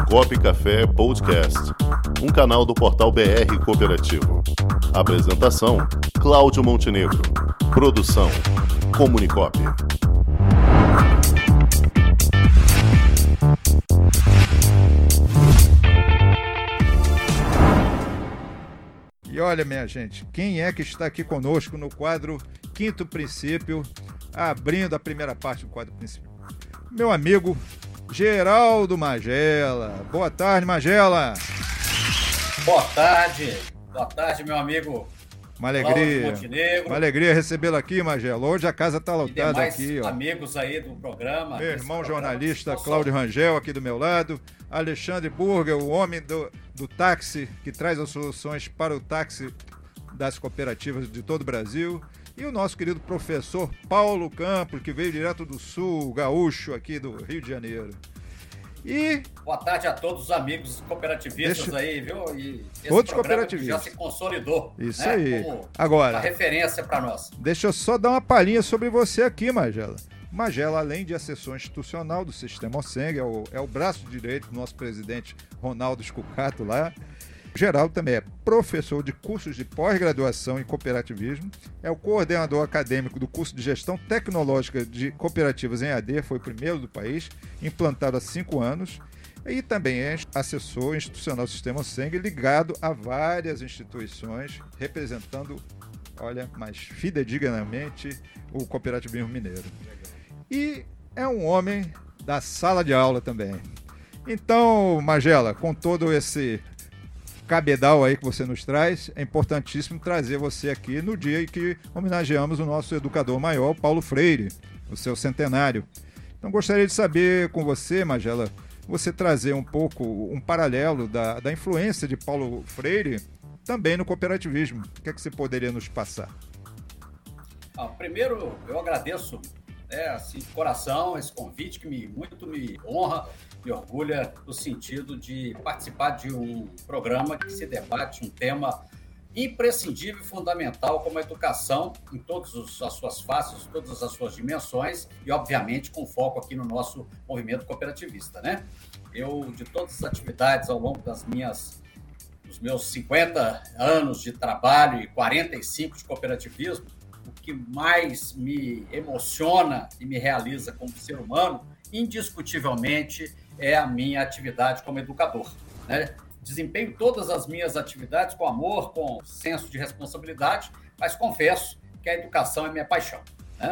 Comunicop Café Podcast, um canal do portal BR Cooperativo. Apresentação, Cláudio Montenegro. Produção, Comunicop. E olha, minha gente, quem é que está aqui conosco no quadro Quinto Princípio, abrindo a primeira parte do quadro Princípio? Meu amigo Geraldo Magela. Boa tarde, Magela. Boa tarde, meu amigo. Uma alegria recebê-lo aqui, Magela. Hoje a casa está lotada aqui, ó. Amigos aí do programa. Meu irmão jornalista Cláudio Rangel aqui do meu lado. Alexandre Burger, o homem do táxi, que traz as soluções para o táxi das cooperativas de todo o Brasil. E o nosso querido professor Paulo Campos, que veio direto do Sul, gaúcho aqui do Rio de Janeiro. E boa tarde a todos os amigos cooperativistas aí, viu? E esse todos programa cooperativistas. já se consolidou. Isso, né? aí. Como agora, uma referência para nós. Deixa eu só dar uma palhinha sobre você aqui, Magela. Magela, além de assessor institucional do Sistema OSENG, é o braço direito do nosso presidente Ronaldo Scucato lá. Geraldo também é professor de cursos de pós-graduação em cooperativismo, é o coordenador acadêmico do curso de Gestão Tecnológica de Cooperativas em AD, foi o primeiro do país, implantado há 5 anos, e também é assessor institucional do Sistema OSENG, ligado a várias instituições, representando, olha, mais fidedignamente, o cooperativismo mineiro. E é um homem da sala de aula também. Então, Magela, com todo esse cabedal aí que você nos traz, é importantíssimo trazer você aqui no dia em que homenageamos o nosso educador maior, Paulo Freire, o seu centenário. Então gostaria de saber com você, Magela, você trazer um pouco um paralelo da influência de Paulo Freire também no cooperativismo. O que é que você poderia nos passar? Primeiro, eu agradeço assim, de coração esse convite que muito me honra, me orgulha no sentido de participar de um programa que se debate um tema imprescindível e fundamental como a educação em todas as suas faces, todas as suas dimensões e, obviamente, com foco aqui no nosso movimento cooperativista, né? Eu, de todas as atividades ao longo dos meus 50 anos de trabalho e 45 de cooperativismo, o que mais me emociona e me realiza como ser humano, indiscutivelmente, é a minha atividade como educador, né? Desempenho todas as minhas atividades com amor, com senso de responsabilidade, mas confesso que a educação é minha paixão, né?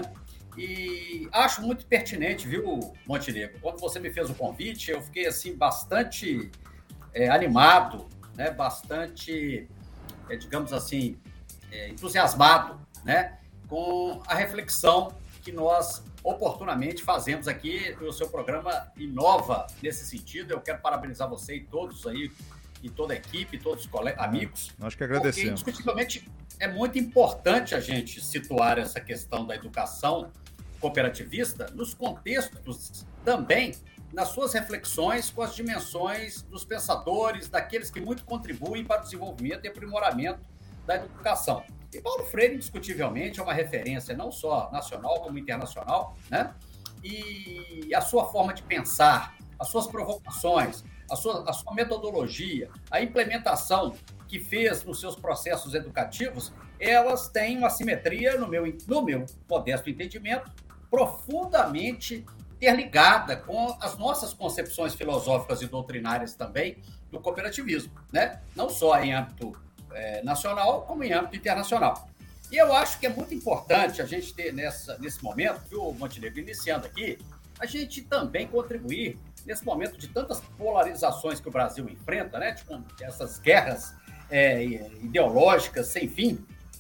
E acho muito pertinente, viu, Montenegro? Quando você me fez o convite, eu fiquei assim bastante animado, né? Bastante, digamos assim, entusiasmado, né? Com a reflexão que nós oportunamente fazemos aqui. O seu programa inova nesse sentido. Eu quero parabenizar você e todos aí, e toda a equipe, todos os amigos. Nós que agradecemos. Porque, indiscutivelmente, é muito importante a gente situar essa questão da educação cooperativista nos contextos também, nas suas reflexões com as dimensões dos pensadores, daqueles que muito contribuem para o desenvolvimento e aprimoramento da educação. E Paulo Freire, indiscutivelmente, é uma referência não só nacional como internacional, né? E a sua forma de pensar, as suas provocações, a sua metodologia, a implementação que fez nos seus processos educativos, elas têm uma simetria, no meu modesto entendimento, profundamente interligada com as nossas concepções filosóficas e doutrinárias também do cooperativismo, né? Não só em âmbito nacional, como em âmbito internacional. E eu acho que é muito importante a gente ter nesse momento, viu, Montenegro, iniciando aqui, a gente também contribuir nesse momento de tantas polarizações que o Brasil enfrenta, né, tipo, essas guerras ideológicas sem fim,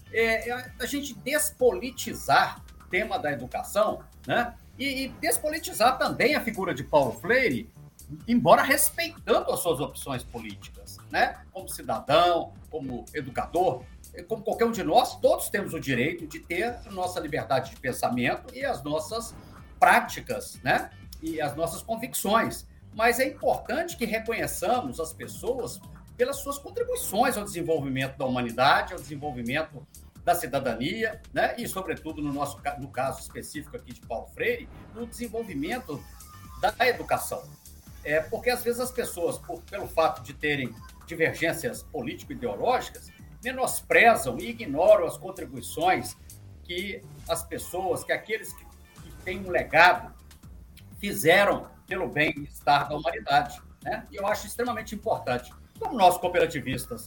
a gente despolitizar o tema da educação, né, e despolitizar também a figura de Paulo Freire, embora respeitando as suas opções políticas, né? Como cidadão, como educador, como qualquer um de nós, todos temos o direito de ter a nossa liberdade de pensamento e as nossas práticas, né? E as nossas convicções. Mas é importante que reconheçamos as pessoas pelas suas contribuições ao desenvolvimento da humanidade, ao desenvolvimento da cidadania, né? E, sobretudo, no caso específico aqui de Paulo Freire, no desenvolvimento da educação. Porque às vezes as pessoas, pelo fato de terem divergências político-ideológicas, menosprezam e ignoram as contribuições que as pessoas, que aqueles que têm um legado, fizeram pelo bem-estar da humanidade, né? E eu acho extremamente importante. Como nós, cooperativistas,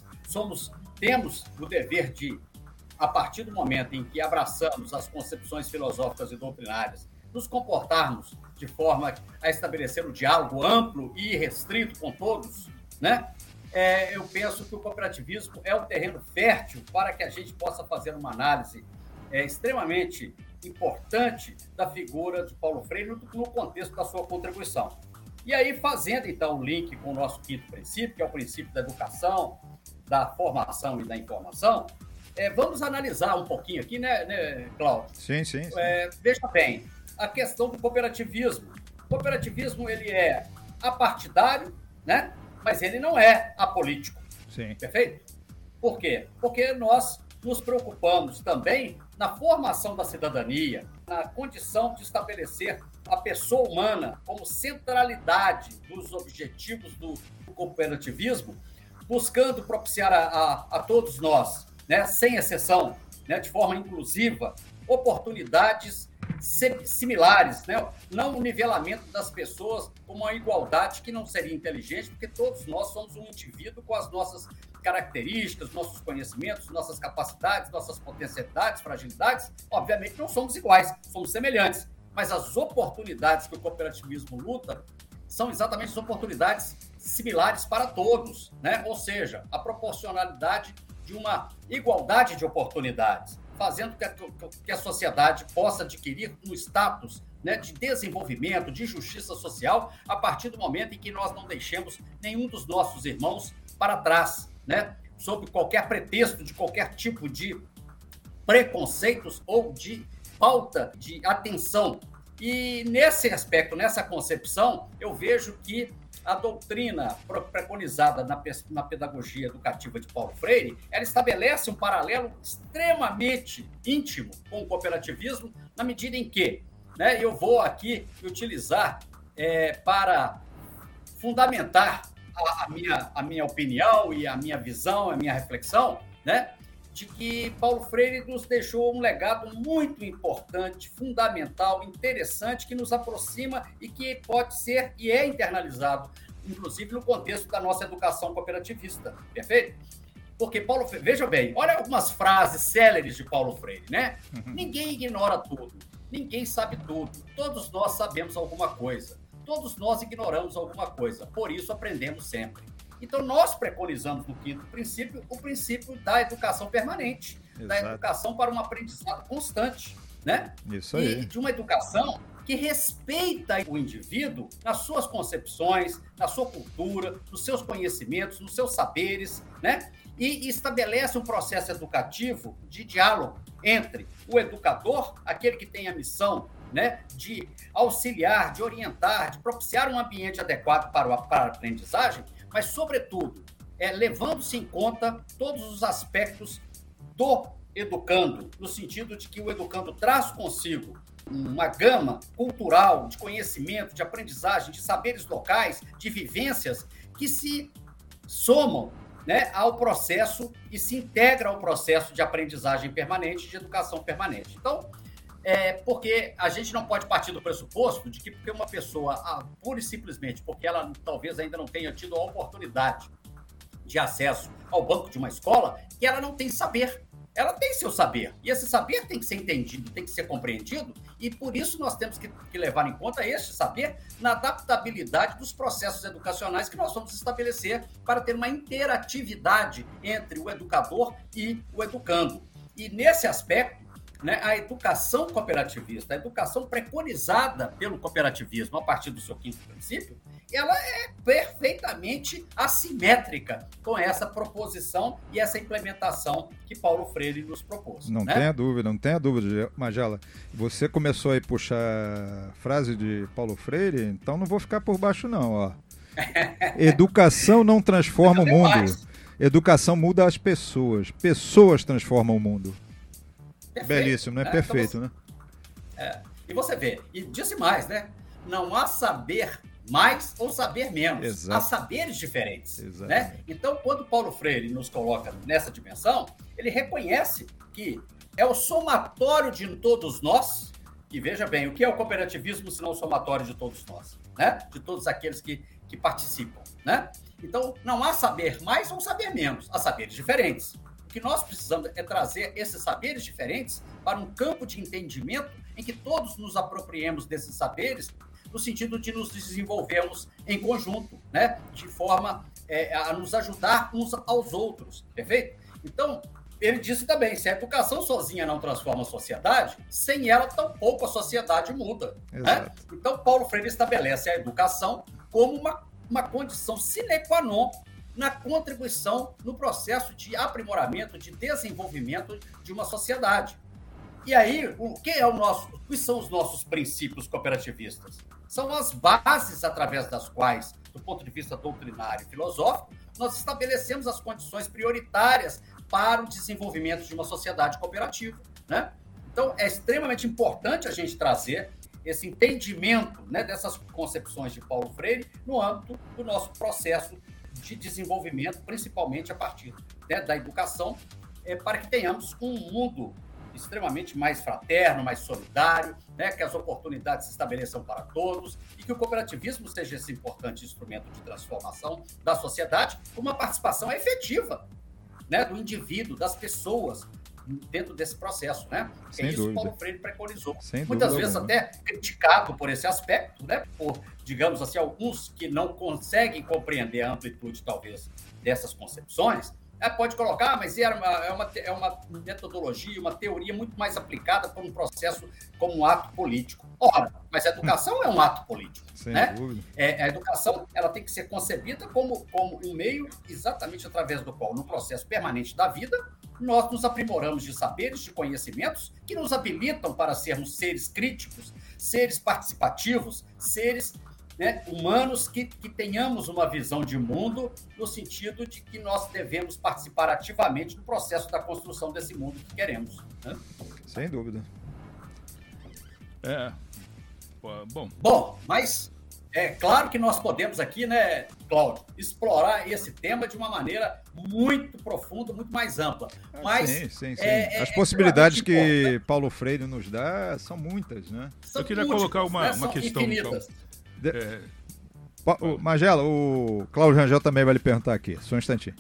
temos o dever de, a partir do momento em que abraçamos as concepções filosóficas e doutrinárias, nos comportarmos de forma a estabelecer um diálogo amplo e restrito com todos, né? Eu penso que o cooperativismo é um terreno fértil para que a gente possa fazer uma análise extremamente importante da figura de Paulo Freire no contexto da sua contribuição. E aí, fazendo, então, o link com o nosso quinto princípio, que é o princípio da educação, da formação e da informação, vamos analisar um pouquinho aqui, né, Cláudio? Sim. Veja bem, a questão do cooperativismo. O cooperativismo, ele é apartidário, né? Mas ele não é apolítico. Sim. Perfeito? Por quê? Porque nós nos preocupamos também na formação da cidadania, na condição de estabelecer a pessoa humana como centralidade dos objetivos do cooperativismo, buscando propiciar a todos nós, né, sem exceção, né, de forma inclusiva, oportunidades similares, né? Não o nivelamento das pessoas com uma igualdade que não seria inteligente, porque todos nós somos um indivíduo com as nossas características, nossos conhecimentos, nossas capacidades, nossas potencialidades, fragilidades. Obviamente não somos iguais, somos semelhantes, mas as oportunidades que o cooperativismo luta são exatamente as oportunidades similares para todos, né? Ou seja, a proporcionalidade de uma igualdade de oportunidades, fazendo que a sociedade possa adquirir um status, né, de desenvolvimento, de justiça social, a partir do momento em que nós não deixemos nenhum dos nossos irmãos para trás, né, sob qualquer pretexto de qualquer tipo de preconceitos ou de falta de atenção. E nesse aspecto, nessa concepção, eu vejo que a doutrina preconizada na pedagogia educativa de Paulo Freire, ela estabelece um paralelo extremamente íntimo com o cooperativismo, na medida em que, né, eu vou aqui utilizar para fundamentar a minha opinião e a minha visão, a minha reflexão, né, de que Paulo Freire nos deixou um legado muito importante, fundamental, interessante, que nos aproxima e que pode ser e é internalizado, inclusive no contexto da nossa educação cooperativista, perfeito? Porque Paulo Freire, veja bem, olha algumas frases céleres de Paulo Freire, né? Ninguém ignora tudo, ninguém sabe tudo, todos nós sabemos alguma coisa, todos nós ignoramos alguma coisa, por isso aprendemos sempre. Então, nós preconizamos no quinto princípio o princípio da educação permanente, exato, da educação para um aprendizado constante, né? Isso aí. E de uma educação que respeita o indivíduo nas suas concepções, na sua cultura, nos seus conhecimentos, nos seus saberes, né? E estabelece um processo educativo de diálogo entre o educador, aquele que tem a missão, né, de auxiliar, de orientar, de propiciar um ambiente adequado para a aprendizagem, mas, sobretudo, levando-se em conta todos os aspectos do educando, no sentido de que o educando traz consigo uma gama cultural de conhecimento, de aprendizagem, de saberes locais, de vivências que se somam, né, ao processo e se integram ao processo de aprendizagem permanente, de educação permanente. Então, porque a gente não pode partir do pressuposto de que porque uma pessoa, pura e simplesmente porque ela talvez ainda não tenha tido a oportunidade de acesso ao banco de uma escola, que ela não tem saber. Ela tem seu saber, e esse saber tem que ser entendido, tem que ser compreendido, e por isso nós temos que levar em conta este saber na adaptabilidade dos processos educacionais que nós vamos estabelecer para ter uma interatividade entre o educador e o educando. E nesse aspecto, né, a educação cooperativista, a educação preconizada pelo cooperativismo a partir do seu quinto princípio, ela é perfeitamente assimétrica com essa proposição e essa implementação que Paulo Freire nos propôs. Não tenha dúvida, Magela. Você começou aí a puxar a frase de Paulo Freire, então não vou ficar por baixo não, ó. Educação não transforma o mundo. Educação muda as pessoas. Pessoas transformam o mundo. Perfeito, belíssimo, né? Perfeito, então né? E você vê, e disse mais, né? Não há saber mais ou saber menos. Exato. Há saberes diferentes. Exatamente. Né? Então, quando Paulo Freire nos coloca nessa dimensão, ele reconhece que é o somatório de todos nós, que veja bem, o que é o cooperativismo se não o somatório de todos nós, né? De todos aqueles que participam. Né? Então, não há saber mais ou saber menos, há saberes diferentes. O que nós precisamos é trazer esses saberes diferentes para um campo de entendimento em que todos nos apropriemos desses saberes no sentido de nos desenvolvermos em conjunto, né? De forma a nos ajudar uns aos outros, perfeito? Então, ele disse também, se a educação sozinha não transforma a sociedade, sem ela, tampouco a sociedade muda. Né? Então, Paulo Freire estabelece a educação como uma condição sine qua non na contribuição no processo de aprimoramento, de desenvolvimento de uma sociedade. E aí, o que são os nossos princípios cooperativistas? São as bases através das quais, do ponto de vista doutrinário e filosófico, nós estabelecemos as condições prioritárias para o desenvolvimento de uma sociedade cooperativa. Né? Então, é extremamente importante a gente trazer esse entendimento, né, dessas concepções de Paulo Freire no âmbito do nosso processo de desenvolvimento, principalmente a partir, né, da educação, para que tenhamos um mundo extremamente mais fraterno, mais solidário, né, que as oportunidades se estabeleçam para todos e que o cooperativismo seja esse importante instrumento de transformação da sociedade com uma participação efetiva, né, do indivíduo, das pessoas dentro desse processo, né? É isso que Paulo Freire preconizou. Muitas vezes até criticado por esse aspecto, né? Por, digamos assim, alguns que não conseguem compreender a amplitude, talvez, dessas concepções, pode colocar, mas é uma metodologia, uma teoria muito mais aplicada para um processo como um ato político. Ora, mas a educação é um ato político. Sem né? dúvida. A educação ela tem que ser concebida como um meio exatamente através do qual, no processo permanente da vida, nós nos aprimoramos de saberes, de conhecimentos que nos habilitam para sermos seres críticos, seres participativos, seres, né, humanos que tenhamos uma visão de mundo no sentido de que nós devemos participar ativamente do processo da construção desse mundo que queremos. Né? Sem dúvida. Bom, mas é claro que nós podemos aqui, né, Cláudio, explorar esse tema de uma maneira muito profunda, muito mais ampla. Mas sim. As possibilidades que Paulo Freire nos dá são muitas, né? Eu queria colocar uma questão. Infinitas. Magela, o Cláudio Rangel também vai lhe perguntar aqui, só um instantinho.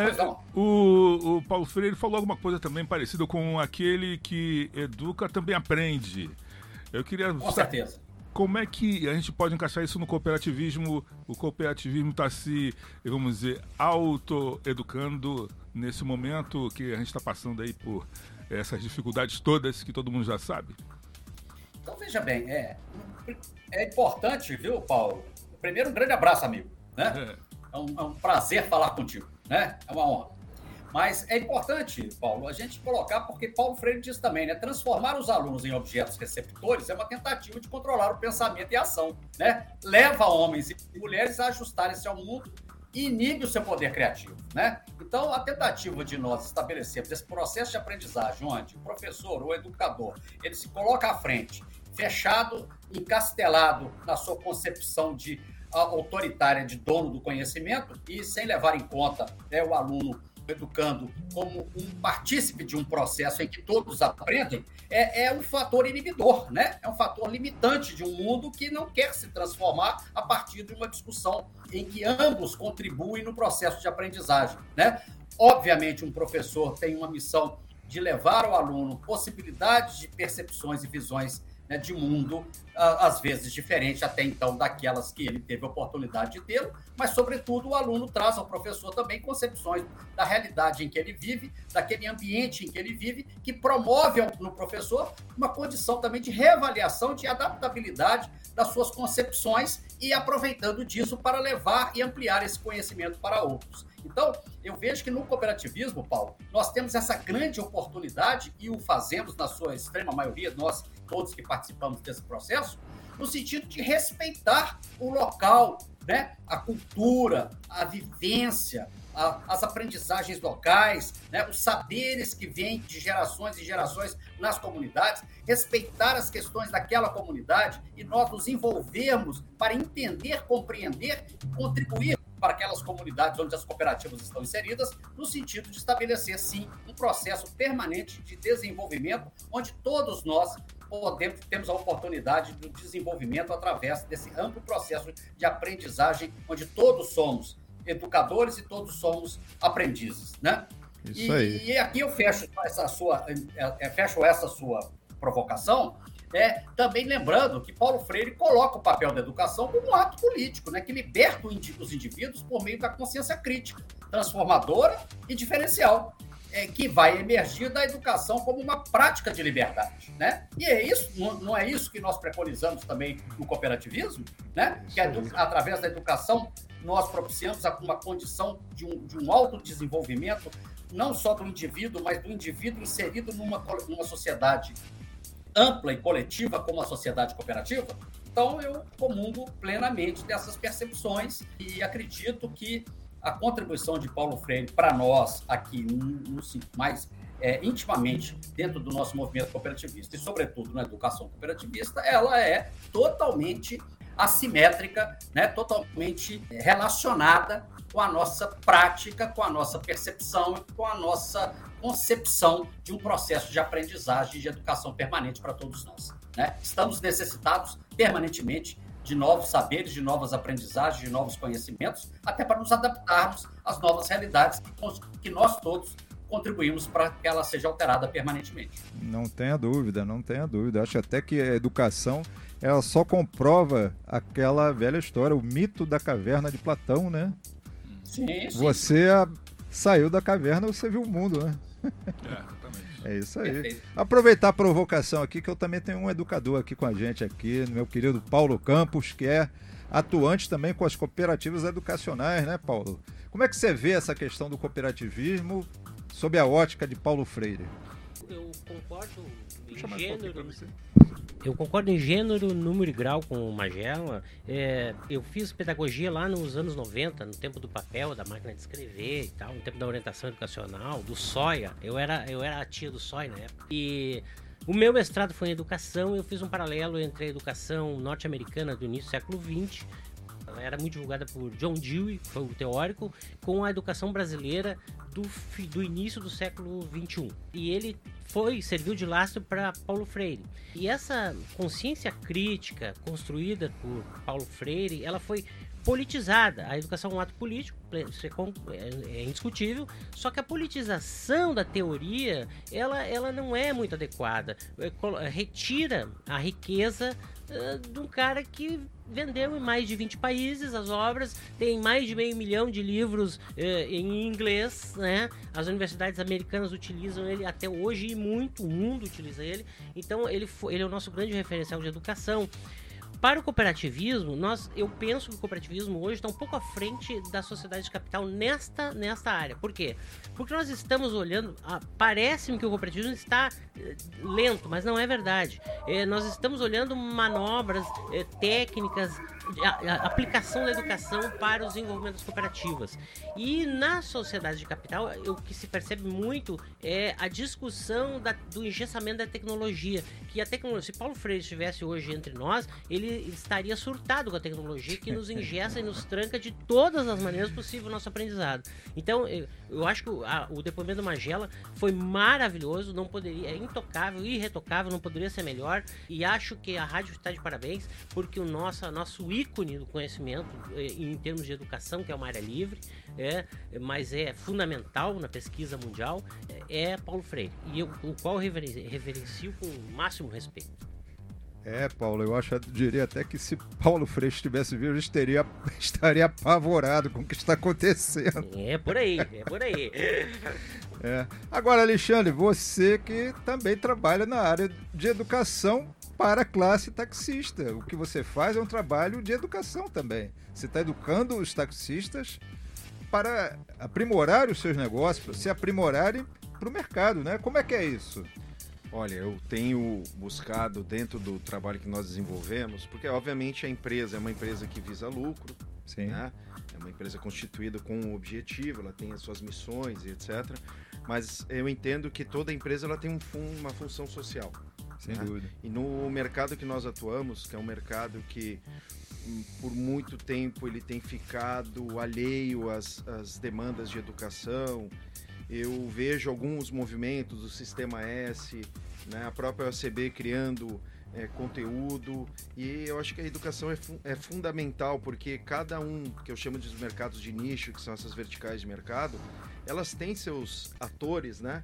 O Paulo Freire falou alguma coisa também parecida com aquele que educa também aprende. Eu queria com certeza. Como é que a gente pode encaixar isso no cooperativismo? O cooperativismo está se, vamos dizer, auto-educando nesse momento que a gente está passando aí por essas dificuldades todas que todo mundo já sabe? Então, veja bem, é importante, viu, Paulo? Primeiro, um grande abraço, amigo. Né? É um prazer falar contigo, né? É uma honra. Mas é importante, Paulo, a gente colocar, porque Paulo Freire diz também, né? Transformar os alunos em objetos receptores é uma tentativa de controlar o pensamento e a ação, né? Leva homens e mulheres a ajustarem-se ao mundo e inibe o seu poder criativo, né? Então, a tentativa de nós estabelecermos esse processo de aprendizagem, onde o professor ou o educador, ele se coloca à frente, fechado, encastelado na sua concepção de autoritária de dono do conhecimento e sem levar em conta, né, o aluno educando como um partícipe de um processo em que todos aprendem, é um fator inibidor, né? É um fator limitante de um mundo que não quer se transformar a partir de uma discussão em que ambos contribuem no processo de aprendizagem, né? Obviamente, um professor tem uma missão de levar ao aluno possibilidades de percepções e visões, né, de mundo, às vezes diferente até então daquelas que ele teve a oportunidade de tê-lo, mas, sobretudo, o aluno traz ao professor também concepções da realidade em que ele vive, daquele ambiente em que ele vive, que promove no professor uma condição também de reavaliação, de adaptabilidade das suas concepções e aproveitando disso para levar e ampliar esse conhecimento para outros. Então, eu vejo que no cooperativismo, Paulo, nós temos essa grande oportunidade e o fazemos na sua extrema maioria, nós todos que participamos desse processo, no sentido de respeitar o local né, a cultura, a vivência, as aprendizagens locais, né, os saberes que vêm de gerações e gerações nas comunidades, respeitar as questões daquela comunidade e nós nos envolvermos para entender, compreender e contribuir para aquelas comunidades onde as cooperativas estão inseridas, no sentido de estabelecer, sim, um processo permanente de desenvolvimento, onde todos nós temos a oportunidade do desenvolvimento através desse amplo processo de aprendizagem, onde todos somos educadores e todos somos aprendizes, né? Isso aí. E aqui eu fecho essa sua provocação, também lembrando que Paulo Freire coloca o papel da educação como um ato político, né, que liberta os indivíduos por meio da consciência crítica, transformadora e diferencial, que vai emergir da educação como uma prática de liberdade, né? E é isso, não é isso que nós preconizamos também no cooperativismo, né? Que através da educação nós propiciamos uma condição de um autodesenvolvimento, não só do indivíduo, mas do indivíduo inserido numa sociedade ampla e coletiva como a sociedade cooperativa. Então, eu comungo plenamente dessas percepções e acredito que a contribuição de Paulo Freire para nós aqui, mais intimamente dentro do nosso movimento cooperativista e, sobretudo, na educação cooperativista, ela é totalmente assimétrica, né? Totalmente relacionada com a nossa prática, com a nossa percepção e com a nossa concepção de um processo de aprendizagem e de educação permanente para todos nós, né? Estamos necessitados permanentemente de novos saberes, de novas aprendizagens, de novos conhecimentos, até para nos adaptarmos às novas realidades que nós todos contribuímos para que ela seja alterada permanentemente. Não tenha dúvida, não tenha dúvida. Acho até que a educação, ela só comprova aquela velha história, o mito da caverna de Platão, né? Sim. Você saiu da caverna, você viu o mundo, né? Exatamente. É isso aí. Perfeito. Aproveitar a provocação aqui, que eu também tenho um educador aqui com a gente aqui, meu querido Paulo Campos, que é atuante também com as cooperativas educacionais, né, Paulo? Como é que você vê essa questão do cooperativismo sob a ótica de Paulo Freire? Eu concordo em Puxa mais um pouquinho pra você. Eu concordo em gênero, número e grau com o Magela. Eu fiz pedagogia lá nos anos 90, no tempo do papel, da máquina de escrever e tal, no tempo da orientação educacional, do SOIA. Eu era a tia do SOIA na época. E o meu mestrado foi em educação. Eu fiz um paralelo entre a educação norte-americana do início do século XX, ela era muito divulgada por John Dewey, que foi o teórico, com a educação brasileira do início do século XXI. E ele serviu de lastro para Paulo Freire. E essa consciência crítica construída por Paulo Freire, ela foi politizada. A educação é um ato político, isso é indiscutível, só que a politização da teoria, ela não é muito adequada. Retira a riqueza de um cara que vendeu em mais de 20 países as obras, tem mais de 500 mil de livros em inglês, né? As universidades americanas utilizam ele até hoje e muito, o mundo utiliza ele. Então ele é o nosso grande referencial de educação. Para o cooperativismo, eu penso que o cooperativismo hoje está um pouco à frente da sociedade de capital nesta área. Por quê? Porque nós estamos olhando, parece-me que o cooperativismo está lento, mas não é verdade. Nós estamos olhando manobras técnicas, a aplicação da educação para o desenvolvimento das cooperativas. E na sociedade de capital, o que se percebe muito é a discussão do engessamento da tecnologia. Que a tecnologia, se Paulo Freire estivesse hoje entre nós, ele estaria surtado com a tecnologia que nos engessa e nos tranca de todas as maneiras possíveis o nosso aprendizado. Então, eu acho que o depoimento do Magela foi maravilhoso, é intocável, irretocável, não poderia ser melhor, e acho que a rádio está de parabéns, porque o nosso ícone do conhecimento em termos de educação, que é uma área livre, mas é fundamental na pesquisa mundial, é Paulo Freire, e o qual eu reverencio com o máximo respeito. Paulo, eu diria até que se Paulo Freire estivesse vivo, ele estaria apavorado com o que está acontecendo. É por aí. Agora, Alexandre, você que também trabalha na área de educação para a classe taxista. O que você faz é um trabalho de educação também. Você está educando os taxistas para aprimorar os seus negócios, para se aprimorarem para o mercado, né? Como é que é isso? Olha, eu tenho buscado dentro do trabalho que nós desenvolvemos, porque obviamente a empresa é uma empresa que visa lucro, Sim. Né? É uma empresa constituída com um objetivo, ela tem as suas missões e etc. Mas eu entendo que toda empresa ela tem uma função social. Sem né? dúvida. E no mercado que nós atuamos, que é um mercado que por muito tempo ele tem ficado alheio às demandas de educação, eu vejo alguns movimentos do Sistema S, né? A própria OCB criando conteúdo, e eu acho que a educação é fundamental, porque cada um, que eu chamo de mercados de nicho, que são essas verticais de mercado, elas têm seus atores, né?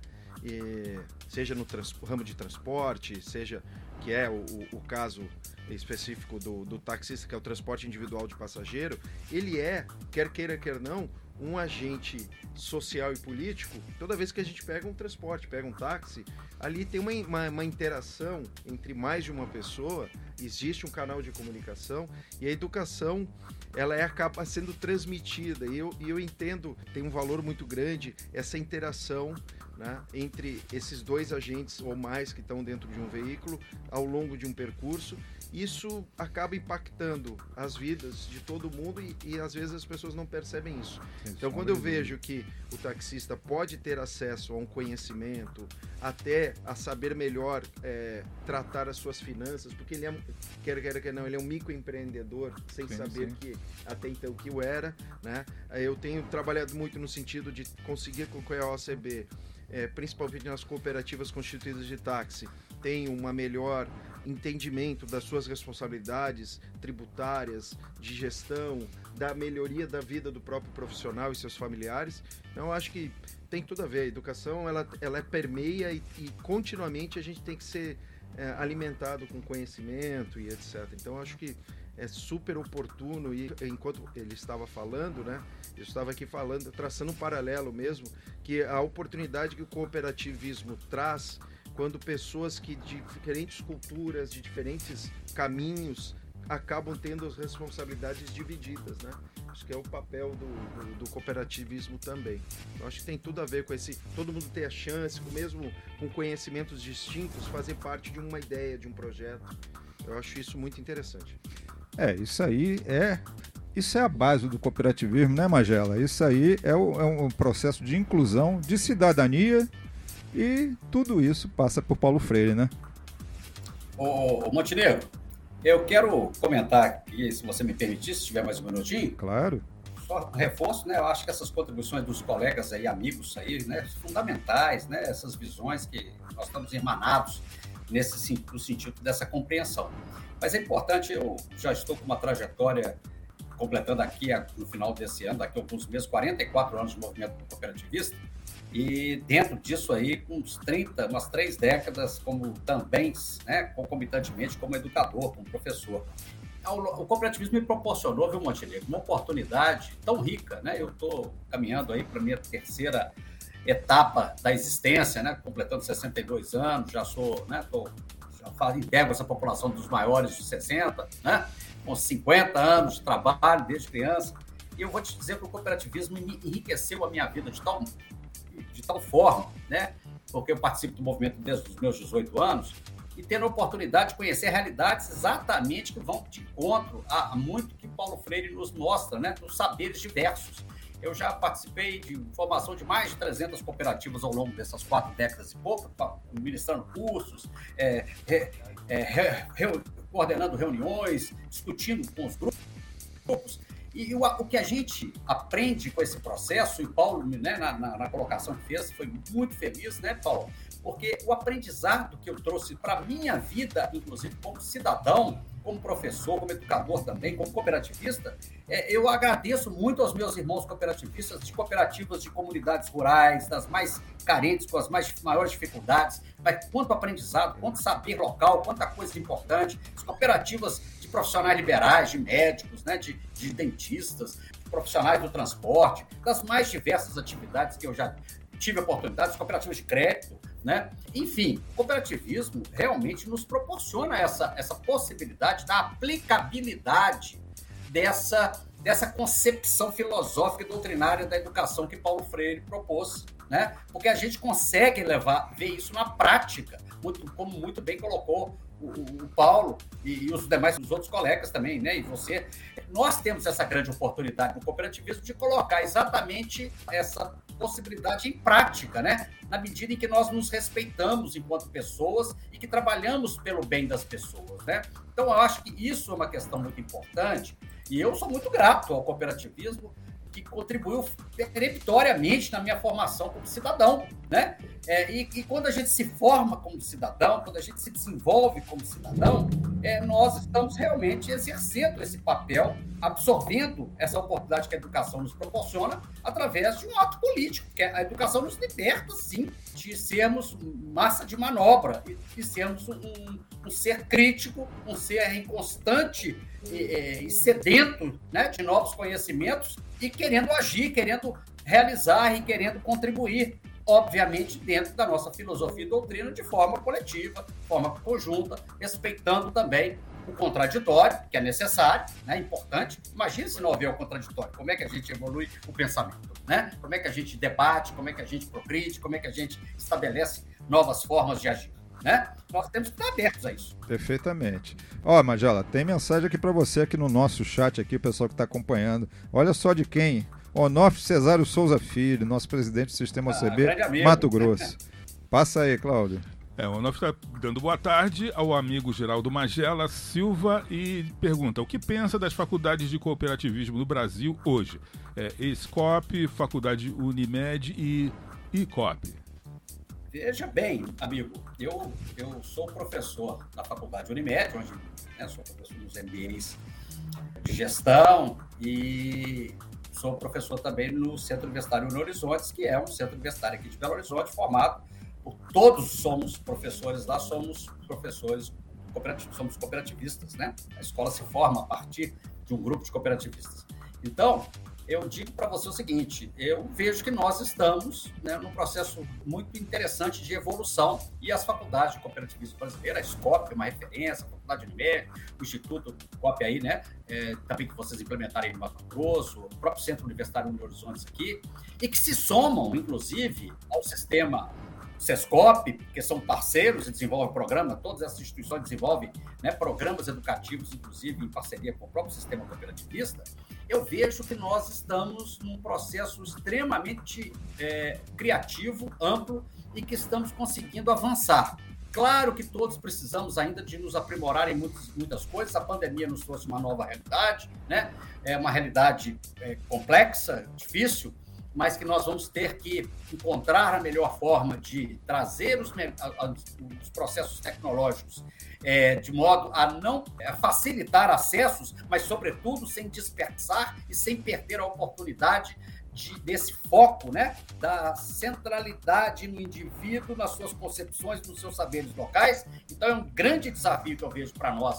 Seja no ramo de transporte, seja que é o caso específico do taxista, que é o transporte individual de passageiro, ele quer queira, quer não, um agente social e político. Toda vez que a gente pega um transporte, pega um táxi, ali tem uma interação entre mais de uma pessoa, existe um canal de comunicação, e a educação ela acaba sendo transmitida, e eu entendo, tem um valor muito grande essa interação, né, entre esses dois agentes ou mais que estão dentro de um veículo ao longo de um percurso. Isso acaba impactando as vidas de todo mundo e às vezes as pessoas não percebem isso. Então, quando eu vejo que o taxista pode ter acesso a um conhecimento, até a saber melhor tratar as suas finanças, porque ele quer não, ele é um microempreendedor, sem saber que até então que o era, né? Eu tenho trabalhado muito no sentido de conseguir com a OCB, principalmente nas cooperativas constituídas de táxi, tenha uma melhor entendimento das suas responsabilidades tributárias, de gestão, da melhoria da vida do próprio profissional e seus familiares. Então, eu acho que tem tudo a ver. A educação, ela permeia e continuamente a gente tem que ser alimentado com conhecimento e etc. Então, eu acho que é super oportuno, e enquanto ele estava falando, né, eu estava aqui falando, traçando um paralelo mesmo, que a oportunidade que o cooperativismo traz quando pessoas que de diferentes culturas, de diferentes caminhos, acabam tendo as responsabilidades divididas, né? Acho que é o papel do cooperativismo também. Eu acho que tem tudo a ver com todo mundo ter a chance, mesmo com conhecimentos distintos, fazer parte de uma ideia, de um projeto. Eu acho isso muito interessante. Isso é a base do cooperativismo, né, Magela? Isso aí é um processo de inclusão, de cidadania, e tudo isso passa por Paulo Freire, né? Ô Montenegro, eu quero comentar aqui, se você me permitir, se tiver mais um minutinho. Claro. Só reforço, né? Eu acho que essas contribuições dos colegas aí, amigos aí, né? Fundamentais, né? Essas visões que nós estamos irmanados no sentido dessa compreensão. Mas é importante, eu já estou com uma trajetória completando aqui no final desse ano, daqui a alguns meses, 44 anos de movimento cooperativista, e dentro disso aí, umas 3 décadas também, né, concomitantemente como educador, como professor. O cooperativismo me proporcionou, viu, Montenegro, uma oportunidade tão rica, né? Eu estou caminhando aí para a minha terceira etapa da existência, né, completando 62 anos, já sou, né, integro essa população dos maiores de 60, né, com 50 anos de trabalho desde criança, e eu vou te dizer que o cooperativismo enriqueceu a minha vida de tal forma, né, porque eu participo do movimento desde os meus 18 anos, e tendo a oportunidade de conhecer realidades exatamente que vão de encontro a muito que Paulo Freire nos mostra, né, dos saberes diversos. Eu já participei de formação de mais de 300 cooperativas ao longo dessas 4 décadas e pouco, ministrando cursos, coordenando reuniões, discutindo com os grupos. E o que a gente aprende com esse processo, e Paulo, né, na colocação que fez, foi muito feliz, né, Paulo? Porque o aprendizado que eu trouxe para a minha vida, inclusive como cidadão, como professor, como educador também, como cooperativista, eu agradeço muito aos meus irmãos cooperativistas de cooperativas de comunidades rurais, das mais carentes, com as maiores dificuldades, mas quanto aprendizado, quanto saber local, quanta coisa importante, as cooperativas de profissionais liberais, de médicos, né, de dentistas, de profissionais do transporte, das mais diversas atividades que eu já tive a oportunidade, as cooperativas de crédito, né? Enfim, o cooperativismo realmente nos proporciona essa possibilidade da aplicabilidade dessa concepção filosófica e doutrinária da educação que Paulo Freire propôs, né? Porque a gente consegue ver isso na prática, como muito bem colocou o Paulo e os demais, os outros colegas também, né? E você, nós temos essa grande oportunidade no cooperativismo de colocar exatamente essa possibilidade em prática, né? Na medida em que nós nos respeitamos enquanto pessoas e que trabalhamos pelo bem das pessoas, né? Então, eu acho que isso é uma questão muito importante e eu sou muito grato ao cooperativismo que contribuiu peremptoriamente na minha formação como cidadão, né? E quando a gente se forma como cidadão, quando a gente se desenvolve como cidadão, nós estamos realmente exercendo esse papel, absorvendo essa oportunidade que a educação nos proporciona através de um ato político, que a educação nos liberta, sim, de sermos massa de manobra e sermos um ser crítico, um ser em constante e sedento, né, de novos conhecimentos e querendo agir, querendo realizar e querendo contribuir, obviamente, dentro da nossa filosofia e doutrina de forma coletiva, de forma conjunta, respeitando também o contraditório, que é necessário, né, importante. Imagina se não houver o contraditório, como é que a gente evolui o pensamento, né? Como é que a gente debate, como é que a gente progride, como é que a gente estabelece novas formas de agir, né? Nós temos que estar abertos a isso. Perfeitamente. Ó, Magela, tem mensagem aqui para você aqui no nosso chat, aqui, o pessoal que está acompanhando. Olha só de quem? Onofre Cesário Souza Filho, nosso presidente do Sistema OCB, Mato Grosso. Passa aí, Cláudio. O Onofre está dando boa tarde ao amigo Geraldo Magela Silva e pergunta: o que pensa das faculdades de cooperativismo no Brasil hoje? ESCOP, Faculdade Unimed e ICOP. Veja bem, amigo, eu sou professor na Faculdade Unimed, onde sou professor nos MBAs de gestão e sou professor também no Centro Universitário União Horizontes, que é um centro universitário aqui de Belo Horizonte, formado por todos somos professores lá, somos professores cooperativos, somos cooperativistas, né? A escola se forma a partir de um grupo de cooperativistas. Então, eu digo para você o seguinte, eu vejo que nós estamos, né, num processo muito interessante de evolução e as faculdades de cooperativismo brasileira, a SCOP, uma referência, a Faculdade Unimed, o Instituto COP aí, né, também que vocês implementarem no Mato Grosso, o próprio Centro Universitário União Horizontes aqui, e que se somam, inclusive, ao sistema SESCOP, que são parceiros e desenvolvem programa, todas essas instituições desenvolvem, né, programas educativos, inclusive em parceria com o próprio sistema cooperativista. Eu vejo que nós estamos num processo extremamente criativo, amplo, e que estamos conseguindo avançar. Claro que todos precisamos ainda de nos aprimorar em muitas coisas, a pandemia nos trouxe uma nova realidade, né? É uma realidade complexa, difícil, mas que nós vamos ter que encontrar a melhor forma de trazer os processos tecnológicos de modo a não facilitar acessos, mas, sobretudo, sem dispersar e sem perder a oportunidade desse foco, né, da centralidade no indivíduo, nas suas concepções, nos seus saberes locais. Então, é um grande desafio que eu vejo para nós,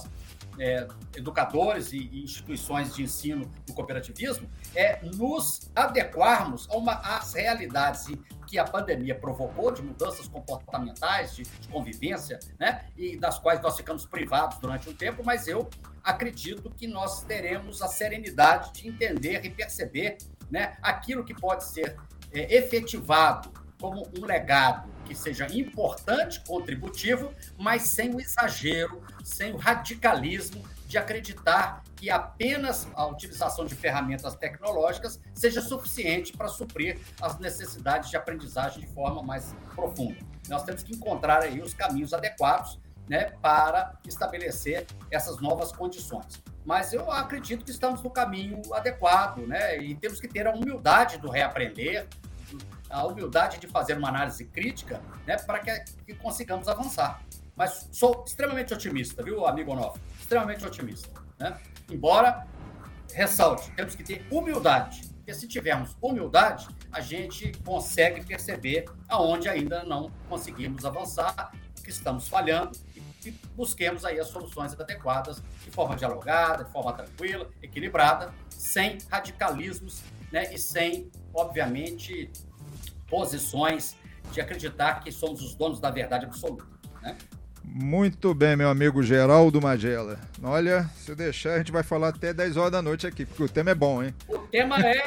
educadores e instituições de ensino do cooperativismo, nos adequarmos às realidades que a pandemia provocou, de mudanças comportamentais, de convivência, né, e das quais nós ficamos privados durante um tempo, mas eu acredito que nós teremos a serenidade de entender e perceber, né, aquilo que pode ser efetivado como um legado que seja importante, contributivo, mas sem o exagero, sem o radicalismo de acreditar que apenas a utilização de ferramentas tecnológicas seja suficiente para suprir as necessidades de aprendizagem de forma mais profunda. Nós temos que encontrar aí os caminhos adequados, né, para estabelecer essas novas condições. Mas eu acredito que estamos no caminho adequado, né, e temos que ter a humildade do reaprender, a humildade de fazer uma análise crítica, né, para que consigamos avançar. Mas sou extremamente otimista, viu, amigo Onofre? Extremamente otimista, né? Embora, ressalte, temos que ter humildade, porque se tivermos humildade, a gente consegue perceber aonde ainda não conseguimos avançar, que estamos falhando, e busquemos aí as soluções adequadas, de forma dialogada, de forma tranquila, equilibrada, sem radicalismos, né, e sem, obviamente, posições de acreditar que somos os donos da verdade absoluta, né? Muito bem, meu amigo Geraldo Magela. Olha, se eu deixar, a gente vai falar até 10 horas da noite aqui, porque o tema é bom, hein? O tema é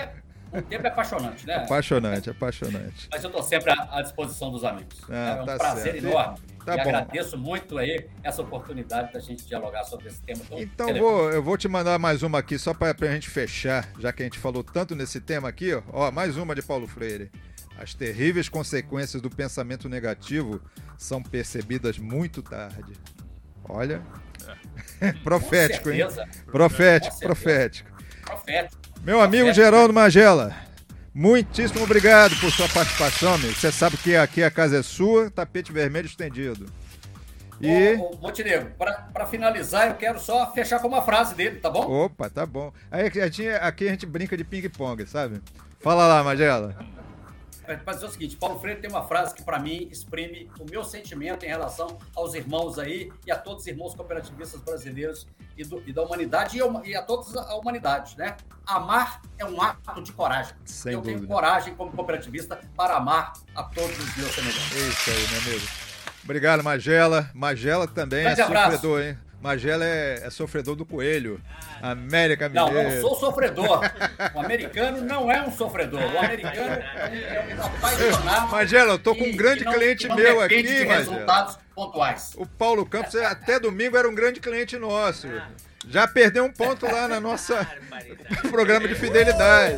O tempo é apaixonante, né? Apaixonante. Mas eu estou sempre à disposição dos amigos. É um prazer enorme. Tá e bom. agradeço muito aí essa oportunidade da gente dialogar sobre esse tema tão Então relevante. eu vou te mandar mais uma aqui, só para a gente fechar, já que a gente falou tanto nesse tema aqui, ó, mais uma de Paulo Freire. As terríveis consequências do pensamento negativo são percebidas muito tarde. Olha, profético, hein? Profético. Meu amigo Geraldo Magela, muitíssimo obrigado por sua participação, amigo. Você sabe que aqui a casa é sua, tapete vermelho estendido. E... Ô, Montenegro, para finalizar, eu quero só fechar com uma frase dele, tá bom? Opa, tá bom. Aí aqui a gente brinca de ping-pong, sabe? Fala lá, Magela. Para dizer o seguinte, Paulo Freire tem uma frase que para mim exprime o meu sentimento em relação aos irmãos aí e a todos os irmãos cooperativistas brasileiros e da humanidade e a todos a humanidade, né? Amar é um ato de coragem. Sem eu dúvida. tenho coragem como cooperativista para amar a todos os meus semelhantes. Isso aí, meu amigo. Obrigado, Magela. Magela também Grande é abraço. sofredor, hein? Magela é sofredor do coelho. América Não, Mineiro. não sou sofredor. O americano não é um sofredor. O americano é um apaixonado. Magela, eu tô com um grande cliente meu aqui, de Magela. resultados pontuais. O Paulo Campos, até domingo, era um grande cliente nosso. Já perdeu um ponto lá na nossa programa de fidelidade.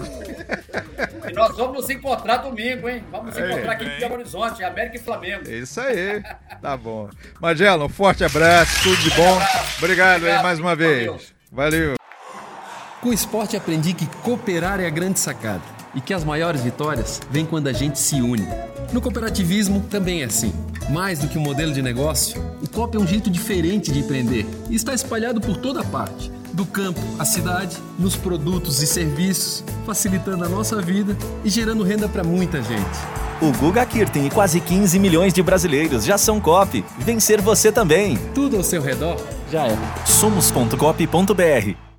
E nós vamos nos encontrar domingo, hein? Vamos nos encontrar aqui em Belo Horizonte, América e Flamengo. Isso aí. Tá bom. Magela, um forte abraço, tudo de bom. Obrigado aí mais uma vez. Valeu. Com o esporte aprendi que cooperar é a grande sacada e que as maiores vitórias vêm quando a gente se une. No cooperativismo também é assim. Mais do que um modelo de negócio, o COP é um jeito diferente de empreender e está espalhado por toda parte, do campo à cidade, nos produtos e serviços, facilitando a nossa vida e gerando renda para muita gente. O Guga Kirten e quase 15 milhões de brasileiros já são COP. Vencer você também. Tudo ao seu redor já é. Somos.coop.br